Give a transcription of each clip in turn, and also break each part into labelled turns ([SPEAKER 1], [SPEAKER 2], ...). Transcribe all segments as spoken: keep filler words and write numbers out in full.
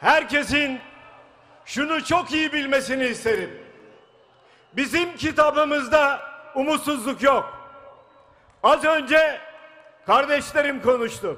[SPEAKER 1] herkesin şunu çok iyi bilmesini isterim. Bizim kitabımızda umutsuzluk yok. Az önce kardeşlerim konuştu.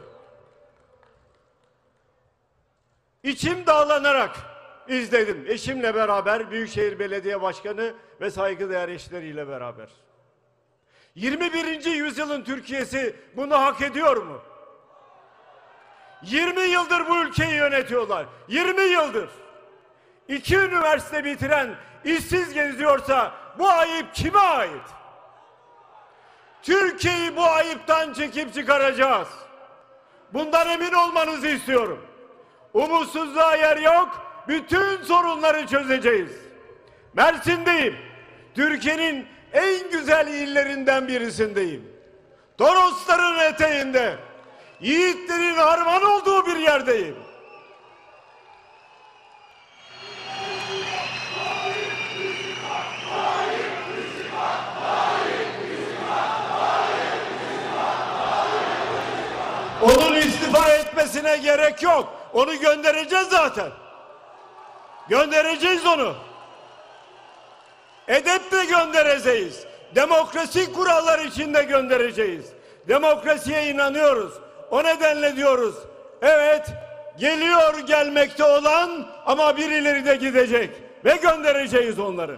[SPEAKER 1] İçim dağlanarak izledim. Eşimle beraber, Büyükşehir Belediye Başkanı ve saygıdeğer eşleriyle beraber. yirmi birinci yüzyılın Türkiye'si bunu hak ediyor mu? yirmi yıldır bu ülkeyi yönetiyorlar. yirmi yıldır. İki üniversite bitiren işsiz geziyorsa bu ayıp kime ait? Türkiye'yi bu ayıptan çekip çıkaracağız. Bundan emin olmanızı istiyorum. Umutsuzluğa yer yok. Bütün sorunları çözeceğiz. Mersin'deyim. Türkiye'nin en güzel illerinden birisindeyim. Torosların eteğinde, yiğitlerin harman olduğu bir yerdeyim. Onun istifa etmesine gerek yok. Onu göndereceğiz zaten. Göndereceğiz onu. Edeple göndereceğiz. Demokrasi kuralları içinde göndereceğiz. Demokrasiye inanıyoruz. O nedenle diyoruz. Evet, geliyor gelmekte olan ama birileri de gidecek. Ve göndereceğiz onları.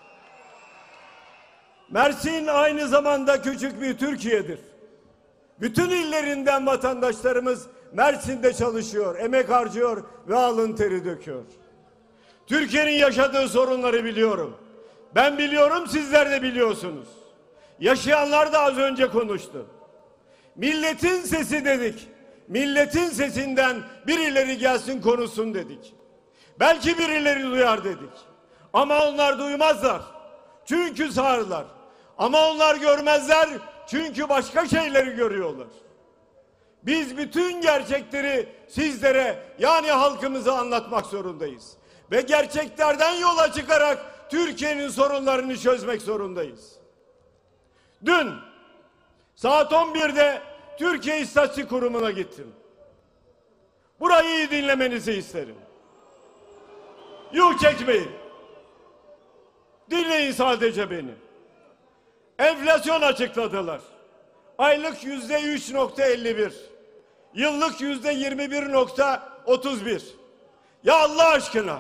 [SPEAKER 1] Mersin aynı zamanda küçük bir Türkiye'dir. Bütün illerinden vatandaşlarımız Mersin'de çalışıyor, emek harcıyor ve alın teri döküyor. Türkiye'nin yaşadığı sorunları biliyorum. Ben biliyorum, sizler de biliyorsunuz. Yaşayanlar da az önce konuştu. Milletin sesi dedik. Milletin sesinden birileri gelsin konuşsun dedik. Belki birileri duyar dedik. Ama onlar duymazlar. Çünkü sağırlar. Ama onlar görmezler. Çünkü başka şeyleri görüyorlar. Biz bütün gerçekleri sizlere, yani halkımıza anlatmak zorundayız. Ve gerçeklerden yola çıkarak Türkiye'nin sorunlarını çözmek zorundayız. Dün saat on birde Türkiye İstatistik Kurumu'na gittim. Burayı iyi dinlemenizi isterim. Yuh çekmeyin. Dinleyin sadece beni. Enflasyon açıkladılar. Aylık yüzde üç nokta elli bir. Yıllık yüzde yirmi bir nokta otuz bir. Ya Allah aşkına.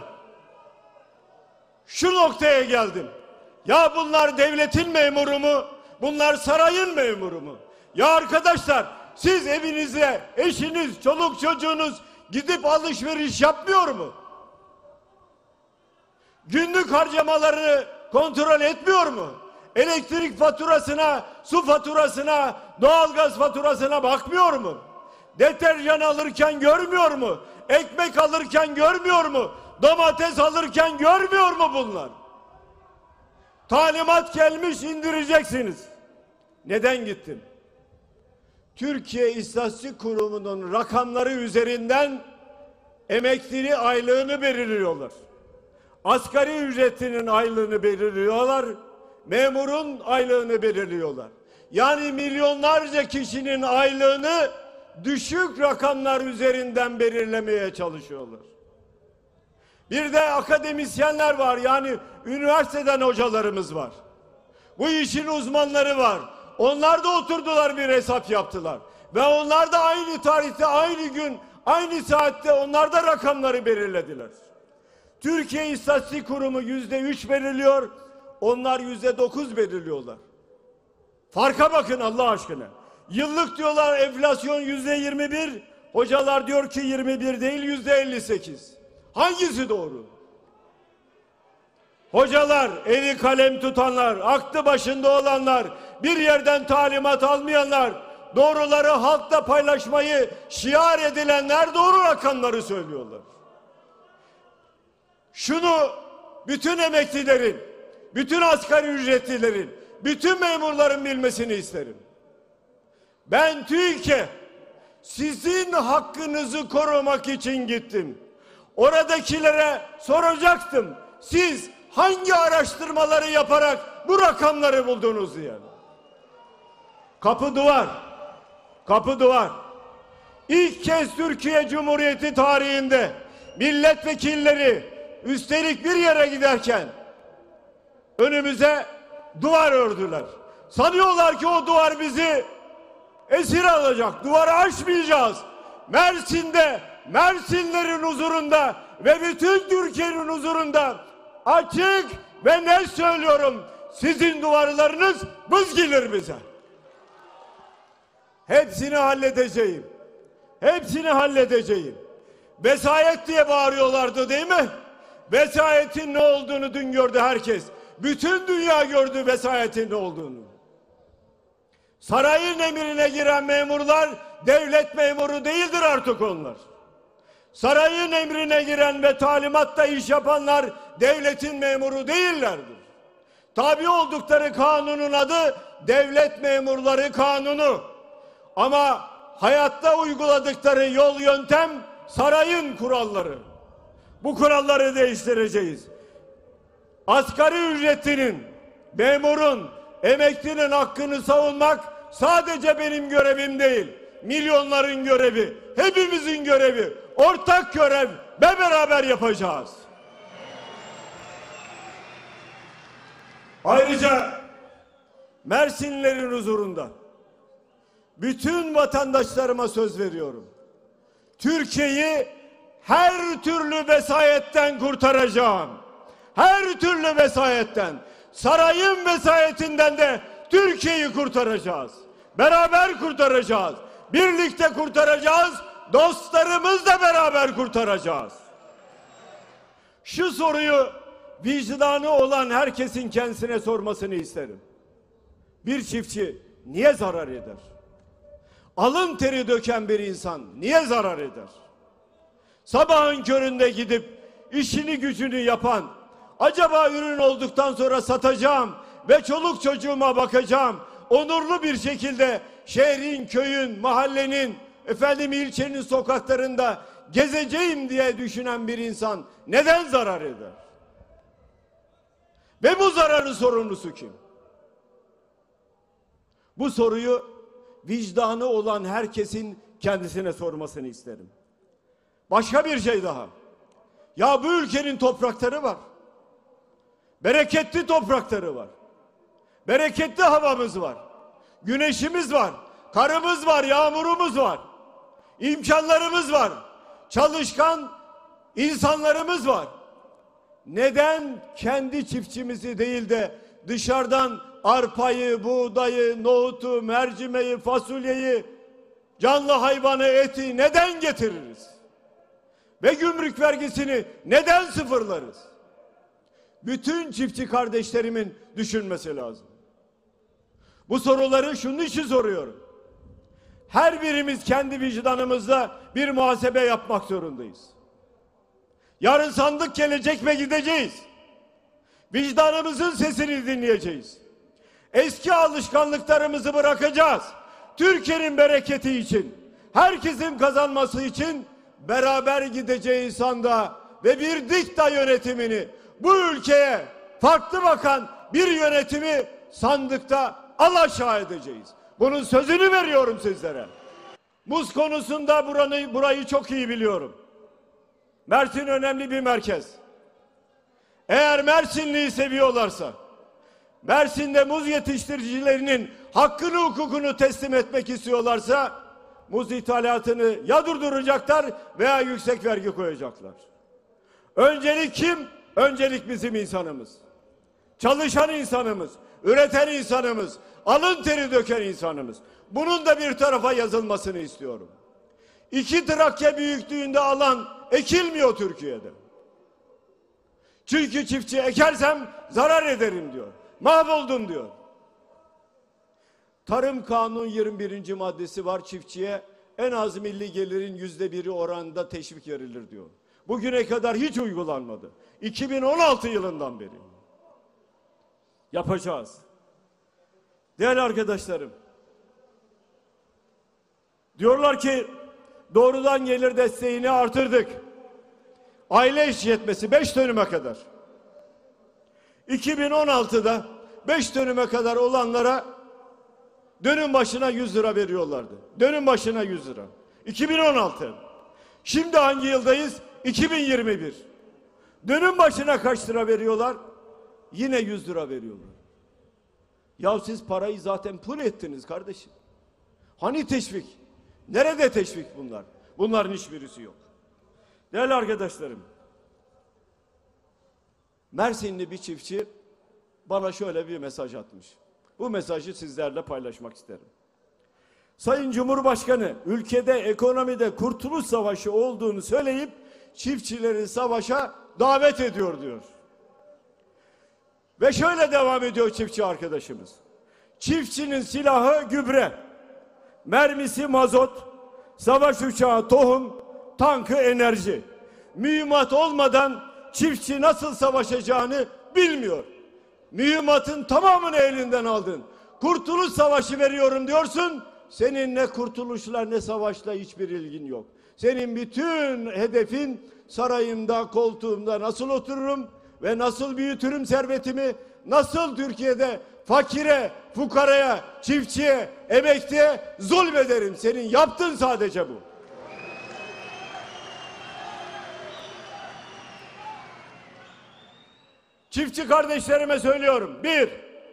[SPEAKER 1] Şu noktaya geldim. Ya bunlar devletin memuru mu? Bunlar sarayın memuru mu? Ya arkadaşlar, siz evinize eşiniz, çoluk çocuğunuz gidip alışveriş yapmıyor mu? Günlük harcamalarını kontrol etmiyor mu? Elektrik faturasına, su faturasına, doğalgaz faturasına bakmıyor mu? Deterjan alırken görmüyor mu? Ekmek alırken görmüyor mu? Domates alırken görmüyor mu bunlar? Talimat gelmiş, indireceksiniz. Neden gittim? Türkiye İstatistik Kurumu'nun rakamları üzerinden emekli aylığını belirliyorlar. Asgari ücretinin aylığını belirliyorlar. Memurun aylığını belirliyorlar. Yani milyonlarca kişinin aylığını düşük rakamlar üzerinden belirlemeye çalışıyorlar. Bir de akademisyenler var, yani üniversiteden hocalarımız var. Bu işin uzmanları var. Onlar da oturdular, bir hesap yaptılar. Ve onlar da aynı tarihte, aynı gün, aynı saatte onlar da rakamları belirlediler. Türkiye İstatistik Kurumu yüzde üç belirliyor, onlar yüzde dokuz belirliyorlar. Farka bakın Allah aşkına. Yıllık diyorlar enflasyon yüzde yirmi bir, hocalar diyor ki yirmi bir değil yüzde elli sekiz. Hangisi doğru? Hocalar, eli kalem tutanlar, aklı başında olanlar, bir yerden talimat almayanlar, doğruları halkla paylaşmayı şiar edilenler doğru rakamları söylüyorlar. Şunu bütün emeklilerin, bütün asgari ücretlilerin, bütün memurların bilmesini isterim. Ben TÜİK'e sizin hakkınızı korumak için gittim. Oradakilere soracaktım. Siz hangi araştırmaları yaparak bu rakamları buldunuz diye. Kapı duvar. Kapı duvar. İlk kez Türkiye Cumhuriyeti tarihinde milletvekilleri üstelik bir yere giderken önümüze duvar ördüler. Sanıyorlar ki o duvar bizi esir alacak. Duvarı aşmayacağız. Mersin'de, Mersinlerin huzurunda ve bütün Türkiye'nin huzurunda açık ve net söylüyorum. Sizin duvarlarınız buz gelir bize. Hepsini halledeceğim. Hepsini halledeceğim. Vesayet diye bağırıyorlardı değil mi? Vesayetin ne olduğunu dün gördü herkes. Bütün dünya gördü vesayetin ne olduğunu. Sarayın emrine giren memurlar devlet memuru değildir artık onlar. Sarayın emrine giren ve talimatta iş yapanlar devletin memuru değillerdir. Tabi oldukları kanunun adı devlet memurları kanunu. Ama hayatta uyguladıkları yol yöntem sarayın kuralları. Bu kuralları değiştireceğiz. Asgari ücretinin, memurun, emeklinin hakkını savunmak sadece benim görevim değil. Milyonların görevi, hepimizin görevi, ortak görev ve beraber yapacağız. Ayrıca Mersinlilerin huzurunda bütün vatandaşlarıma söz veriyorum. Türkiye'yi her türlü vesayetten kurtaracağım. Her türlü vesayetten, sarayın vesayetinden de Türkiye'yi kurtaracağız. Beraber kurtaracağız. Birlikte kurtaracağız. Dostlarımızla beraber kurtaracağız. Şu soruyu vicdanı olan herkesin kendisine sormasını isterim. Bir çiftçi niye zarar eder? Alın teri döken bir insan niye zarar eder? Sabahın köründe gidip işini gücünü yapan, acaba ürün olduktan sonra satacağım ve çoluk çocuğuma bakacağım, onurlu bir şekilde şehrin, köyün, mahallenin, efendim ilçenin sokaklarında gezeceğim diye düşünen bir insan neden zarar eder? Ve bu zararın sorumlusu kim? Bu soruyu vicdanı olan herkesin kendisine sormasını isterim. Başka bir şey daha. Ya bu ülkenin toprakları var. Bereketli toprakları var. Bereketli havamız var. Güneşimiz var. Karımız var, yağmurumuz var. İmkanlarımız var. Çalışkan insanlarımız var. Neden kendi çiftçimizi değil de dışarıdan arpayı, buğdayı, nohutu, mercimeği, fasulyeyi, canlı hayvanı, eti neden getiririz? Ve gümrük vergisini neden sıfırlarız? Bütün çiftçi kardeşlerimin düşünmesi lazım. Bu soruları şunun için soruyorum. Her birimiz kendi vicdanımızda bir muhasebe yapmak zorundayız. Yarın sandık gelecek ve gideceğiz. Vicdanımızın sesini dinleyeceğiz. Eski alışkanlıklarımızı bırakacağız. Türkiye'nin bereketi için, herkesin kazanması için beraber gideceğiz sanda ve bir dikta yönetimini, bu ülkeye farklı bakan bir yönetimi sandıkta alaşağı edeceğiz. Bunun sözünü veriyorum sizlere. Muz konusunda buranı, burayı çok iyi biliyorum. Mersin önemli bir merkez. Eğer Mersinli'yi seviyorlarsa, Mersin'de muz yetiştiricilerinin hakkını hukukunu teslim etmek istiyorlarsa, muz ithalatını ya durduracaklar veya yüksek vergi koyacaklar. Öncelik kim? Öncelik bizim insanımız. Çalışan insanımız, üreten insanımız, alın teri döken insanımız. Bunun da bir tarafa yazılmasını istiyorum. İki Trakya büyüklüğünde alan ekilmiyor Türkiye'de. Çünkü çiftçi ekersem zarar ederim diyor. Mahvoldum diyor. Tarım Kanunu yirmi birinci maddesi var, çiftçiye en az milli gelirin yüzde biri oranında teşvik verilir diyor. Bugüne kadar hiç uygulanmadı. iki bin on altı yılından beri. Yapacağız. Değerli arkadaşlarım, diyorlar ki doğrudan gelir desteğini artırdık. Aile işletmesi beş dönüme kadar. iki bin on altıda beş dönüme kadar olanlara dönüm başına yüz lira veriyorlardı. Dönüm başına yüz lira. iki bin on altı. Şimdi hangi yıldayız? iki bin yirmi bir. Dönüm başına kaç lira veriyorlar? Yine yüz lira veriyorlar. Ya siz parayı zaten pul ettiniz kardeşim. Hani teşvik? Nerede teşvik bunlar? Bunların hiçbirisi yok. Değerli arkadaşlarım, Mersinli bir çiftçi bana şöyle bir mesaj atmış. Bu mesajı sizlerle paylaşmak isterim. Sayın Cumhurbaşkanı ülkede ekonomide kurtuluş savaşı olduğunu söyleyip çiftçileri savaşa davet ediyor diyor. Ve şöyle devam ediyor çiftçi arkadaşımız. Çiftçinin silahı gübre, mermisi mazot, savaş uçağı tohum, tankı enerji. Mühimmat olmadan çiftçi nasıl savaşacağını bilmiyor. Mühimmatın tamamını elinden aldın. Kurtuluş savaşı veriyorum diyorsun. Senin ne kurtuluşla ne savaşla hiçbir ilgin yok. Senin bütün hedefin sarayımda, koltuğumda nasıl otururum ve nasıl büyütürüm servetimi, nasıl Türkiye'de fakire, fukaraya, çiftçiye, emekliye zulmederim. Senin yaptığın sadece bu. Çiftçi kardeşlerime söylüyorum. Bir,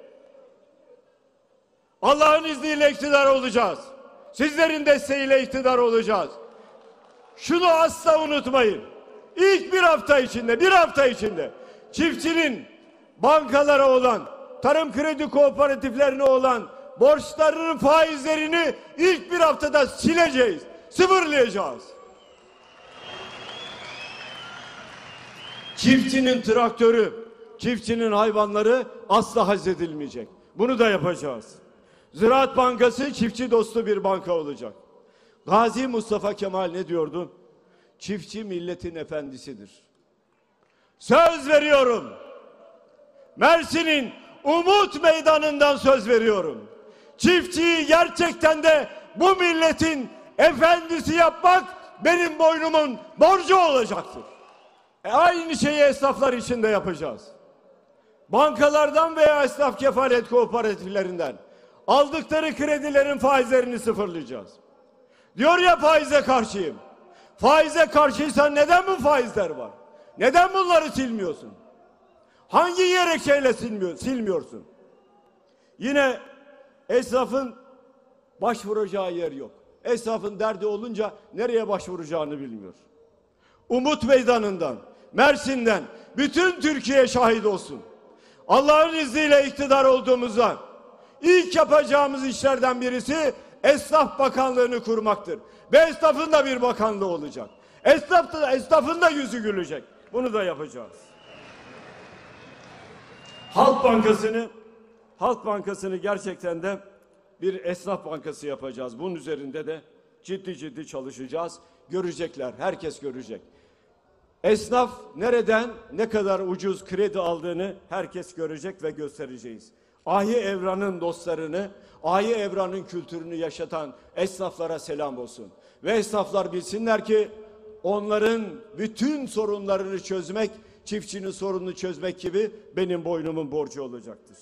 [SPEAKER 1] Allah'ın izniyle iktidar olacağız. Sizlerin desteğiyle iktidar olacağız. Şunu asla unutmayın. İlk bir hafta içinde, bir hafta içinde çiftçinin bankalara olan, tarım kredi kooperatiflerine olan borçlarının faizlerini ilk bir haftada sileceğiz, sıfırlayacağız. Çiftçinin traktörü, çiftçinin hayvanları asla hazredilmeyecek. Bunu da yapacağız. Ziraat Bankası çiftçi dostu bir banka olacak. Gazi Mustafa Kemal ne diyordu? Çiftçi milletin efendisidir. Söz veriyorum. Mersin'in Umut Meydanı'ndan söz veriyorum. Çiftçiyi gerçekten de bu milletin efendisi yapmak benim boynumun borcu olacaktır. E aynı şeyi esnaflar için de yapacağız. Bankalardan veya esnaf kefalet kooperatiflerinden aldıkları kredilerin faizlerini sıfırlayacağız. Diyor ya faize karşıyım. Faize karşıysan neden bu faizler var? Neden bunları silmiyorsun? Hangi gerekçeyle silmiyor, silmiyorsun? Yine esnafın başvuracağı yer yok. Esnafın derdi olunca nereye başvuracağını bilmiyor. Umut Meydanı'ndan, Mersin'den bütün Türkiye şahit olsun. Allah'ın izniyle iktidar olduğumuzda ilk yapacağımız işlerden birisi Esnaf Bakanlığı'nı kurmaktır. Ve esnafın da bir bakanlığı olacak. Esnaf da, esnafın da yüzü gülecek. Bunu da yapacağız. Halk Bankası'nı Halk Bankası'nı gerçekten de bir esnaf bankası yapacağız. Bunun üzerinde de ciddi ciddi çalışacağız. Görecekler, herkes görecek. Esnaf nereden ne kadar ucuz kredi aldığını herkes görecek ve göstereceğiz. Ahi Evran'ın dostlarını, Ahi Evran'ın kültürünü yaşatan esnaflara selam olsun. Ve esnaflar bilsinler ki onların bütün sorunlarını çözmek, çiftçinin sorununu çözmek gibi benim boynumun borcu olacaktır.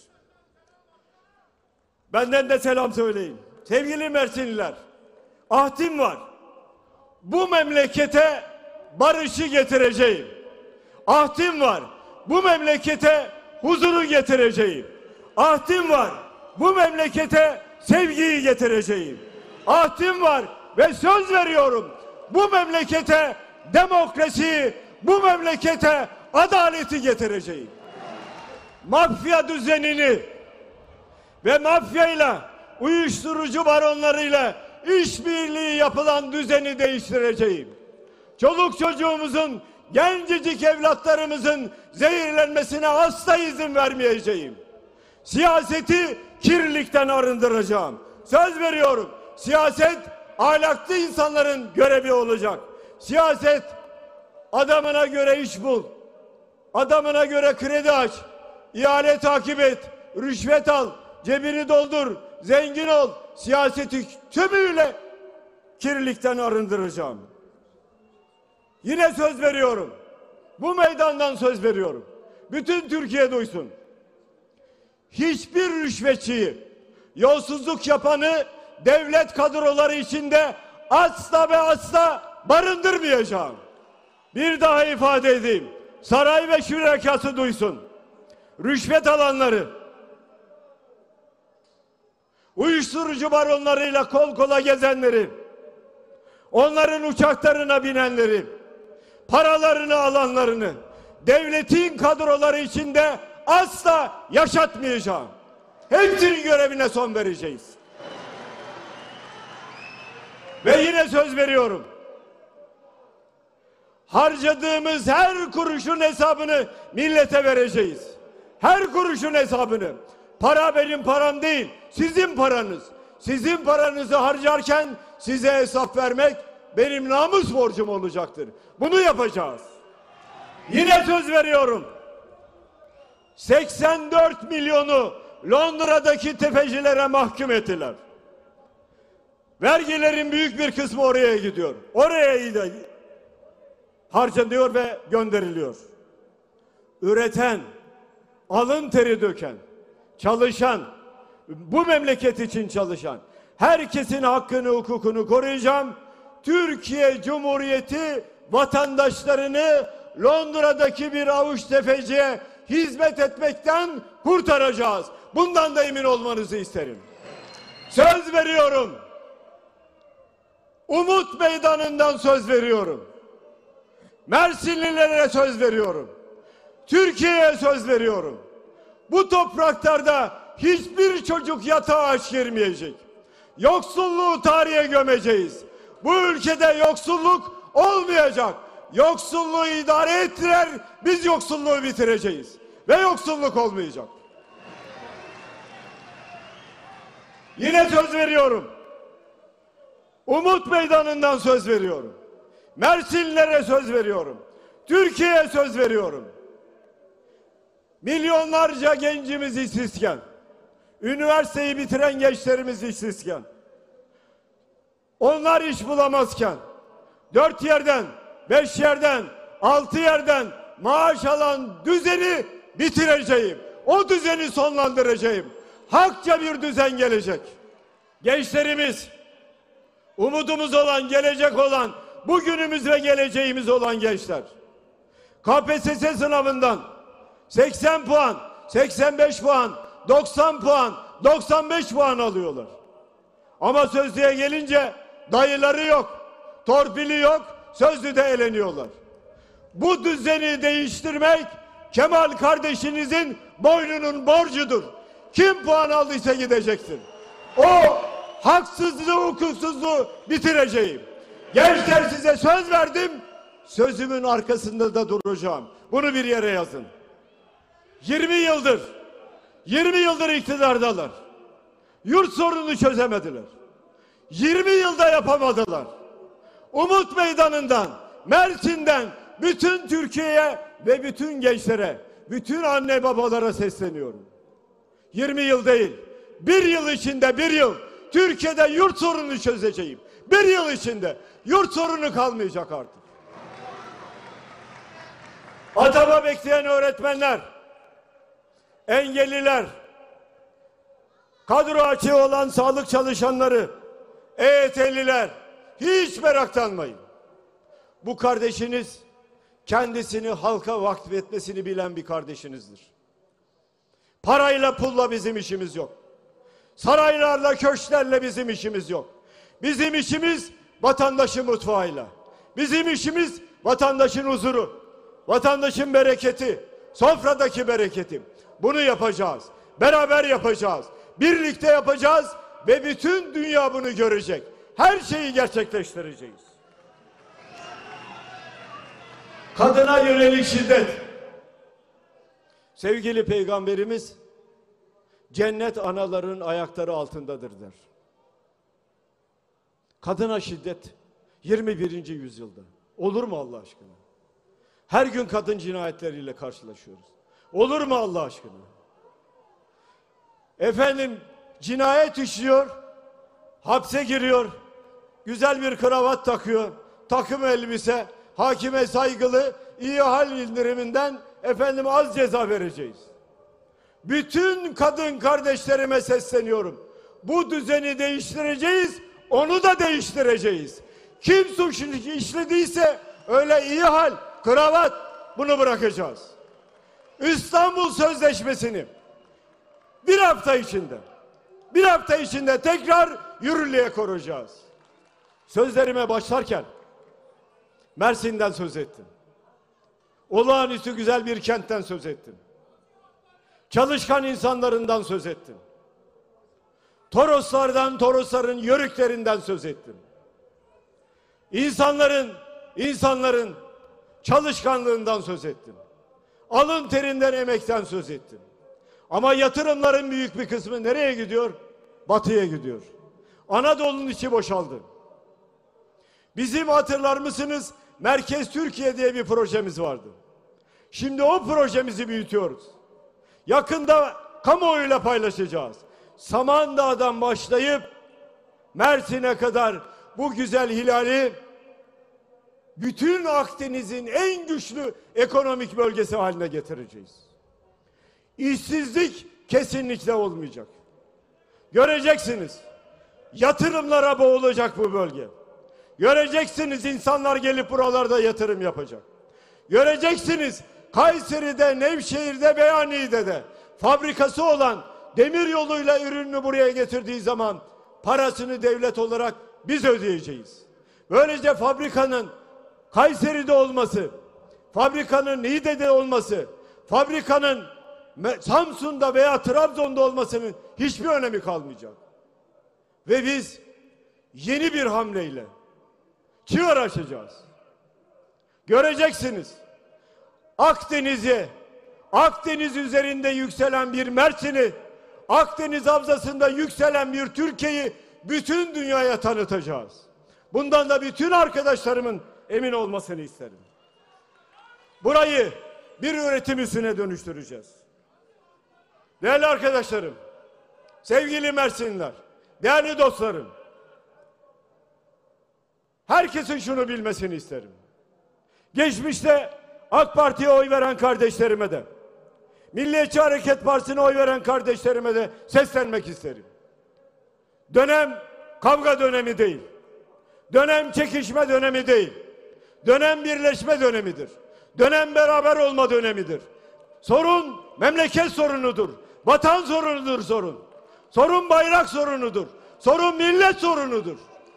[SPEAKER 1] Benden de selam söyleyin. Sevgili Mersinliler, ahdim var. Bu memlekete barışı getireceğim. Ahdim var. Bu memlekete huzuru getireceğim. Ahdim var. Bu memlekete sevgiyi getireceğim. Ahdim var ve söz veriyorum. Bu memlekete demokrasiyi, bu memlekete adaleti getireceğim. Mafya düzenini ve mafyayla, uyuşturucu baronlarıyla işbirliği yapılan düzeni değiştireceğim. Çoluk çocuğumuzun, gencecik evlatlarımızın zehirlenmesine asla izin vermeyeceğim. Siyaseti kirlilikten arındıracağım. Söz veriyorum. Siyaset ahlaklı insanların görevi olacak. Siyaset adamına göre iş bul. Adamına göre kredi aç. İhale takip et. Rüşvet al. Cebini doldur. Zengin ol. Siyaseti tümüyle kirlilikten arındıracağım. Yine söz veriyorum. Bu meydandan söz veriyorum. Bütün Türkiye duysun. Hiçbir rüşvetçiyi, yolsuzluk yapanı devlet kadroları içinde asla ve asla barındırmayacağım. Bir daha ifade edeyim. Saray ve şürekası duysun. Rüşvet alanları, uyuşturucu baronlarıyla kol kola gezenleri, onların uçaklarına binenleri, paralarını alanlarını devletin kadroları içinde asla yaşatmayacağım. Hepsinin görevine son vereceğiz. Ve yine söz veriyorum. Harcadığımız her kuruşun hesabını millete vereceğiz. Her kuruşun hesabını. Para benim param değil, sizin paranız. Sizin paranızı harcarken size hesap vermek benim namus borcum olacaktır. Bunu yapacağız. Yine söz veriyorum. seksen dört milyonu Londra'daki tefecilere mahkum ettiler. Vergilerin büyük bir kısmı oraya gidiyor. Oraya da harcanıyor ve gönderiliyor. Üreten, alın teri döken, çalışan, bu memleket için çalışan herkesin hakkını, hukukunu koruyacağım. Türkiye Cumhuriyeti vatandaşlarını Londra'daki bir avuç tefeciye hizmet etmekten kurtaracağız. Bundan da emin olmanızı isterim. Söz veriyorum. Umut Meydanı'ndan söz veriyorum. Mersinlilere söz veriyorum. Türkiye'ye söz veriyorum. Bu topraklarda hiçbir çocuk yatağa aç girmeyecek. Yoksulluğu tarihe gömeceğiz. Bu ülkede yoksulluk olmayacak. Yoksulluğu idare ettiler, biz yoksulluğu bitireceğiz. Ve yoksulluk olmayacak. Yine söz veriyorum. Umut Meydanı'ndan söz veriyorum. Mersinlere söz veriyorum. Türkiye'ye söz veriyorum. Milyonlarca gencimiz işsizken, üniversiteyi bitiren gençlerimiz işsizken, onlar iş bulamazken, dört yerden, beş yerden, altı yerden maaş alan düzeni bitireceğim. O düzeni sonlandıracağım. Hakça bir düzen gelecek. Gençlerimiz, umudumuz olan, gelecek olan, bugünümüz ve geleceğimiz olan gençler, K P S S sınavından seksen puan, seksen beş puan, doksan puan, doksan beş puan alıyorlar. Ama sözlüğe gelince dayıları yok, torpili yok, sözlüde eleniyorlar. Bu düzeni değiştirmek Kemal kardeşinizin boynunun borcudur. Kim puan aldıysa gidecektir. O haksızlığı, hukuksuzluğu bitireceğim. Gençler, size söz verdim. Sözümün arkasında da duracağım. Bunu bir yere yazın. yirmi yıldır, yirmi yıldır iktidardalar. Yurt sorununu çözemediler. yirmi yılda yapamadılar. Umut Meydanı'ndan, Mersin'den bütün Türkiye'ye ve bütün gençlere, bütün anne babalara sesleniyorum. yirmi yıl değil, bir yıl içinde, bir yıl Türkiye'de yurt sorununu çözeceğim. Bir yıl içinde yurt sorunu kalmayacak artık. Atama bekleyen öğretmenler, engelliler, kadro açığı olan sağlık çalışanları, E Y T'liler, hiç meraklanmayın. Bu kardeşiniz kendisini halka vakfetmesini bilen bir kardeşinizdir. Parayla pulla bizim işimiz yok. Saraylarla, köşklerle bizim işimiz yok. Bizim işimiz vatandaşın mutfağıyla. Bizim işimiz vatandaşın huzuru, vatandaşın bereketi, sofradaki bereketi. Bunu yapacağız. Beraber yapacağız. Birlikte yapacağız ve bütün dünya bunu görecek. Her şeyi gerçekleştireceğiz. Kadına yönelik şiddet. Sevgili Peygamberimiz cennet anaların ayakları altındadır der. Kadına şiddet yirmi birinci yüzyılda. Olur mu Allah aşkına? Her gün kadın cinayetleriyle karşılaşıyoruz. Olur mu Allah aşkına? Efendim, cinayet işliyor, hapse giriyor, güzel bir kravat takıyor, takım elbise, hakime saygılı, iyi hal indiriminden efendim az ceza vereceğiz. Bütün kadın kardeşlerime sesleniyorum. Bu düzeni değiştireceğiz, onu da değiştireceğiz. Kim suç işlediyse öyle iyi hal, kravat, bunu bırakacağız. İstanbul Sözleşmesi'ni bir hafta içinde, bir hafta içinde tekrar yürürlüğe koruyacağız. Sözlerime başlarken Mersin'den söz ettim. Olağanüstü güzel bir kentten söz ettim. Çalışkan insanlarından söz ettim. Toroslardan, Torosların yörüklerinden söz ettim. İnsanların, insanların çalışkanlığından söz ettim. Alın terinden, emekten söz ettim. Ama yatırımların büyük bir kısmı nereye gidiyor? Batıya gidiyor. Anadolu'nun içi boşaldı. Bizim, hatırlar mısınız, Merkez Türkiye diye bir projemiz vardı. Şimdi o projemizi büyütüyoruz. Yakında kamuoyuyla paylaşacağız. Samandağ'dan başlayıp Mersin'e kadar bu güzel hilali bütün Akdeniz'in en güçlü ekonomik bölgesi haline getireceğiz. İşsizlik kesinlikle olmayacak. Göreceksiniz, yatırımlara boğulacak bu bölge. Göreceksiniz, insanlar gelip buralarda yatırım yapacak. Göreceksiniz, Kayseri'de, Nevşehir'de, Beyani'de de fabrikası olan, demir yoluyla ürününü buraya getirdiği zaman parasını devlet olarak biz ödeyeceğiz. Böylece fabrikanın Kayseri'de olması, fabrikanın Niğde'de olması, fabrikanın Samsun'da veya Trabzon'da olmasının hiçbir önemi kalmayacak. Ve biz yeni bir hamleyle çığır açacağız. Göreceksiniz, Akdeniz'e, Akdeniz üzerinde yükselen bir Mersin'i, Akdeniz havzasında yükselen bir Türkiye'yi bütün dünyaya tanıtacağız. Bundan da bütün arkadaşlarımın emin olmasını isterim. Burayı bir üretim üssüne dönüştüreceğiz. Değerli arkadaşlarım, sevgili Mersinliler, değerli dostlarım, herkesin şunu bilmesini isterim. Geçmişte AK Parti'ye oy veren kardeşlerime de, Milliyetçi Hareket Partisi'ne oy veren kardeşlerime de seslenmek isterim. Dönem kavga dönemi değil. Dönem çekişme dönemi değil. Dönem birleşme dönemidir. Dönem beraber olma dönemidir. Sorun memleket sorunudur. Vatan sorunudur sorun. Sorun bayrak sorunudur. Sorun millet sorunudur.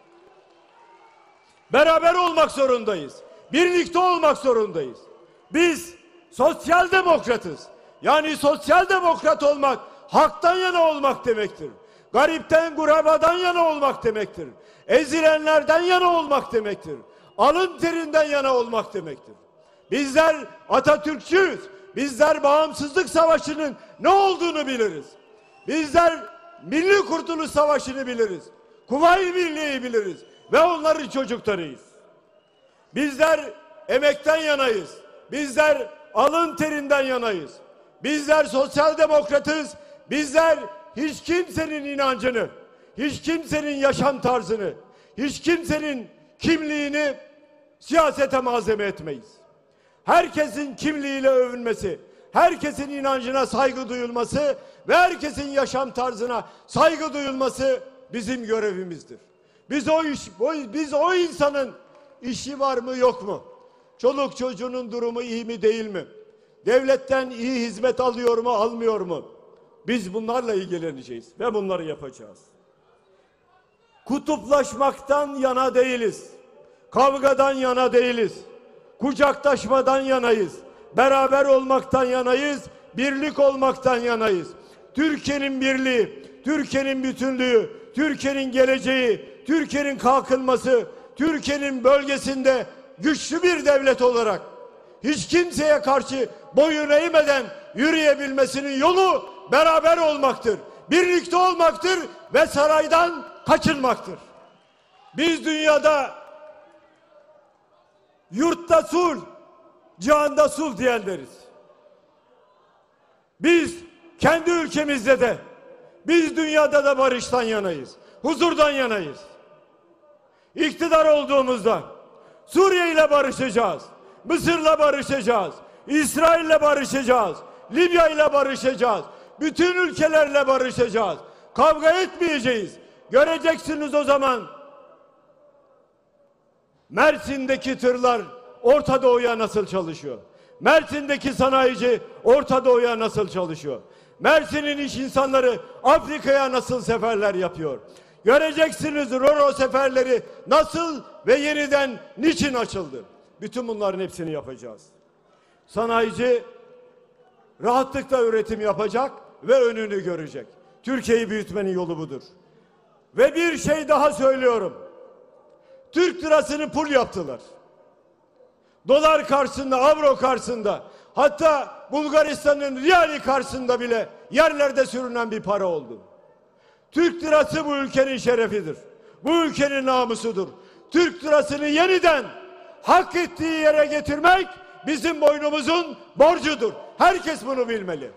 [SPEAKER 1] Beraber olmak zorundayız. Birlikte olmak zorundayız. Biz sosyal demokratız. Yani sosyal demokrat olmak haktan yana olmak demektir. Garipten, gurabadan yana olmak demektir. Ezilenlerden yana olmak demektir. Alın terinden yana olmak demektir. Bizler Atatürkçüyüz. Bizler bağımsızlık savaşının ne olduğunu biliriz. Bizler Milli Kurtuluş Savaşı'nı biliriz. Kuvayi Milliye'yi biliriz. Ve onların çocuklarıyız. Bizler emekten yanayız. Bizler alın terinden yanayız. Bizler sosyal demokratız. Bizler hiç kimsenin inancını, hiç kimsenin yaşam tarzını, hiç kimsenin kimliğini siyasete malzeme etmeyiz. Herkesin kimliğiyle övünmesi, herkesin inancına saygı duyulması ve herkesin yaşam tarzına saygı duyulması bizim görevimizdir. Biz o iş, o, biz o insanın işi var mı yok mu? Çoluk çocuğunun durumu iyi mi değil mi? Devletten iyi hizmet alıyor mu almıyor mu? Biz bunlarla ilgileneceğiz ve bunları yapacağız. Kutuplaşmaktan yana değiliz. Kavgadan yana değiliz. Kucaklaşmadan yanayız. Beraber olmaktan yanayız. Birlik olmaktan yanayız. Türkiye'nin birliği, Türkiye'nin bütünlüğü, Türkiye'nin geleceği, Türkiye'nin kalkınması, Türkiye'nin bölgesinde güçlü bir devlet olarak hiç kimseye karşı boyun eğmeden yürüyebilmesinin yolu beraber olmaktır. Birlikte olmaktır ve saraydan kaçınmaktır. Biz dünyada yurtta sulh, cihanda sulh diyenleriz. Biz kendi ülkemizde de, biz dünyada da barıştan yanayız, huzurdan yanayız. İktidar olduğumuzda Suriye ile barışacağız, Mısır'la barışacağız, İsrail'le barışacağız, Libya ile barışacağız, bütün ülkelerle barışacağız. Kavga etmeyeceğiz. Göreceksiniz o zaman Mersin'deki tırlar Orta Doğu'ya nasıl çalışıyor? Mersin'deki sanayici Orta Doğu'ya nasıl çalışıyor? Mersin'in iş insanları Afrika'ya nasıl seferler yapıyor? Göreceksiniz Roro seferleri nasıl ve yeniden niçin açıldı? Bütün bunların hepsini yapacağız. Sanayici rahatlıkla üretim yapacak ve önünü görecek. Türkiye'yi büyütmenin yolu budur. Ve bir şey daha söylüyorum. Türk lirasını pul yaptılar. Dolar karşısında, avro karşısında, hatta Bulgaristan'ın riyali karşısında bile yerlerde sürünen bir para oldu. Türk lirası bu ülkenin şerefidir. Bu ülkenin namusudur. Türk lirasını yeniden hak ettiği yere getirmek bizim boynumuzun borcudur. Herkes bunu bilmeli.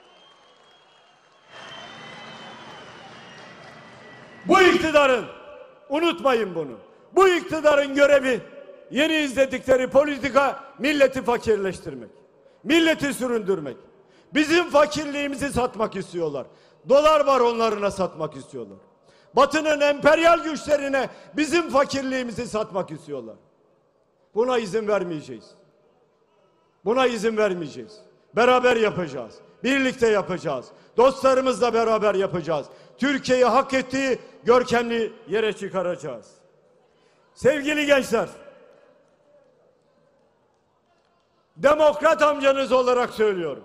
[SPEAKER 1] Bu iktidarın, unutmayın bunu, bu iktidarın görevi yeni izledikleri politika milleti fakirleştirmek, milleti süründürmek. Bizim fakirliğimizi satmak istiyorlar. Dolar baronlarına satmak istiyorlar. Batı'nın emperyal güçlerine bizim fakirliğimizi satmak istiyorlar. Buna izin vermeyeceğiz. Buna izin vermeyeceğiz. Beraber yapacağız. Birlikte yapacağız. Dostlarımızla beraber yapacağız. Türkiye'yi hak ettiği görkemli yere çıkaracağız. Sevgili gençler, demokrat amcanız olarak söylüyorum.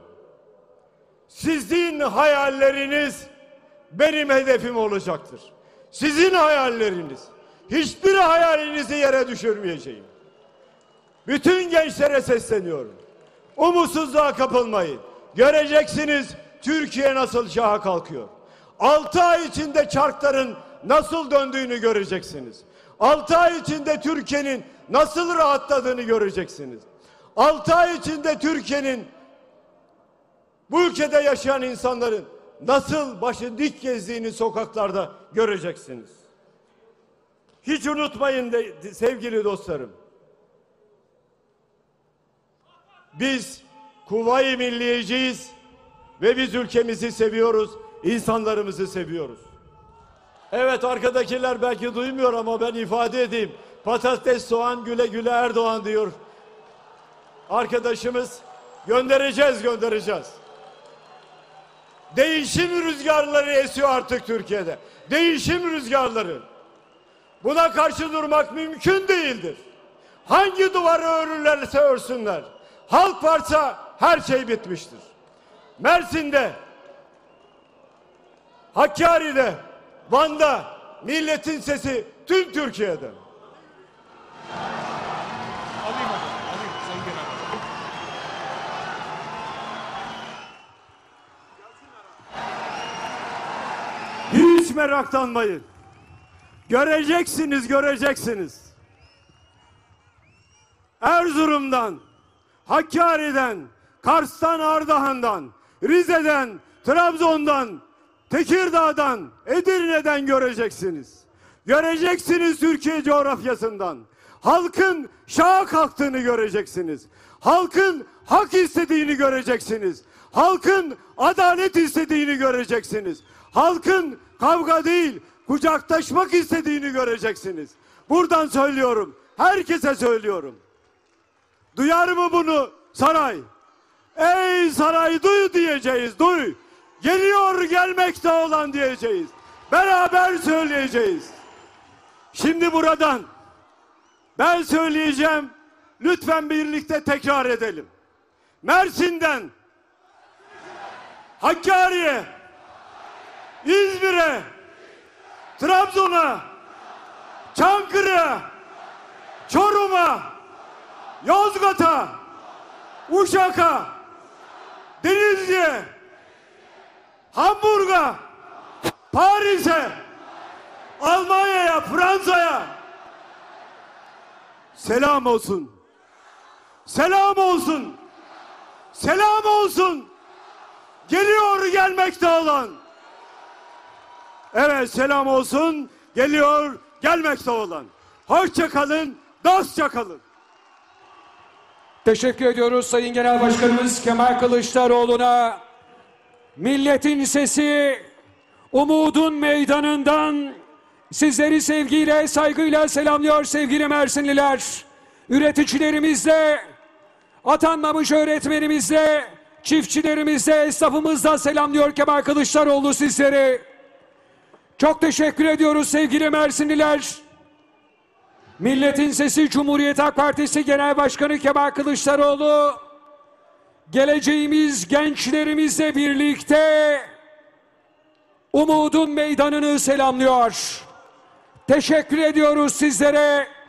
[SPEAKER 1] Sizin hayalleriniz benim hedefim olacaktır. Sizin hayalleriniz. Hiçbir hayalinizi yere düşürmeyeceğim. Bütün gençlere sesleniyorum. Umutsuzluğa kapılmayın. Göreceksiniz Türkiye nasıl şaha kalkıyor. Altı ay içinde çarkların nasıl döndüğünü göreceksiniz. Altı ay içinde Türkiye'nin nasıl rahatladığını göreceksiniz. Altı ay içinde Türkiye'nin, bu ülkede yaşayan insanların nasıl başı dik gezdiğini sokaklarda göreceksiniz. Hiç unutmayın de, sevgili dostlarım. Biz Kuvayi Milliyeciyiz ve biz ülkemizi seviyoruz, insanlarımızı seviyoruz. Evet, arkadakiler belki duymuyor ama ben ifade edeyim. Patates, soğan, güle güle Erdoğan diyor arkadaşımız. Göndereceğiz, göndereceğiz. Değişim rüzgarları esiyor artık Türkiye'de. Değişim rüzgarları. Buna karşı durmak mümkün değildir. Hangi duvarı örürlerse örsünler. Halk varsa her şey bitmiştir. Mersin'de, Hakkari'de, Van'da milletin sesi tüm Türkiye'de.
[SPEAKER 2] Alayım, alayım, Sayın
[SPEAKER 1] Genel. Hiç meraklanmayın. Göreceksiniz, göreceksiniz. Erzurum'dan, Hakkari'den, Kars'tan, Ardahan'dan, Rize'den, Trabzon'dan, Tekirdağ'dan, Edirne'den göreceksiniz. Göreceksiniz Türkiye coğrafyasından. Halkın şaha kalktığını göreceksiniz. Halkın hak istediğini göreceksiniz. Halkın adalet istediğini göreceksiniz. Halkın kavga değil, kucaklaşmak istediğini göreceksiniz. Buradan söylüyorum, herkese söylüyorum. Duyar mı bunu saray? Ey saray, duy diyeceğiz, duy. Geliyor, gelmekte olan diyeceğiz. Beraber söyleyeceğiz. Şimdi buradan ben söyleyeceğim. Lütfen birlikte tekrar edelim. Mersin'den Hakkari'ye, İzmir'e, Trabzon'a, Çankırı'ya, Çorum'a, Yozgat'a, Uşak'a, Denizli'ye, Hamburg'a, Paris'e, Almanya'ya, Fransa'ya selam olsun. Selam olsun. Selam olsun. Geliyor, gelmekte olan. Evet, selam olsun. Geliyor, gelmekte olan. Hoşça kalın, dostça kalın.
[SPEAKER 3] Teşekkür ediyoruz Sayın Genel Başkanımız Kemal Kılıçdaroğlu'na. Milletin sesi umudun meydanından sizleri sevgiyle, saygıyla selamlıyor sevgili Mersinliler. üreticilerimizle, atanmamış öğretmenimizle, çiftçilerimizle, esnafımızla selamlıyor Kemal Kılıçdaroğlu sizleri. Çok teşekkür ediyoruz sevgili Mersinliler. Milletin Sesi Cumhuriyet Halk Partisi Genel Başkanı Kemal Kılıçdaroğlu, geleceğimiz gençlerimizle birlikte umudun meydanını selamlıyor. Teşekkür ediyoruz sizlere.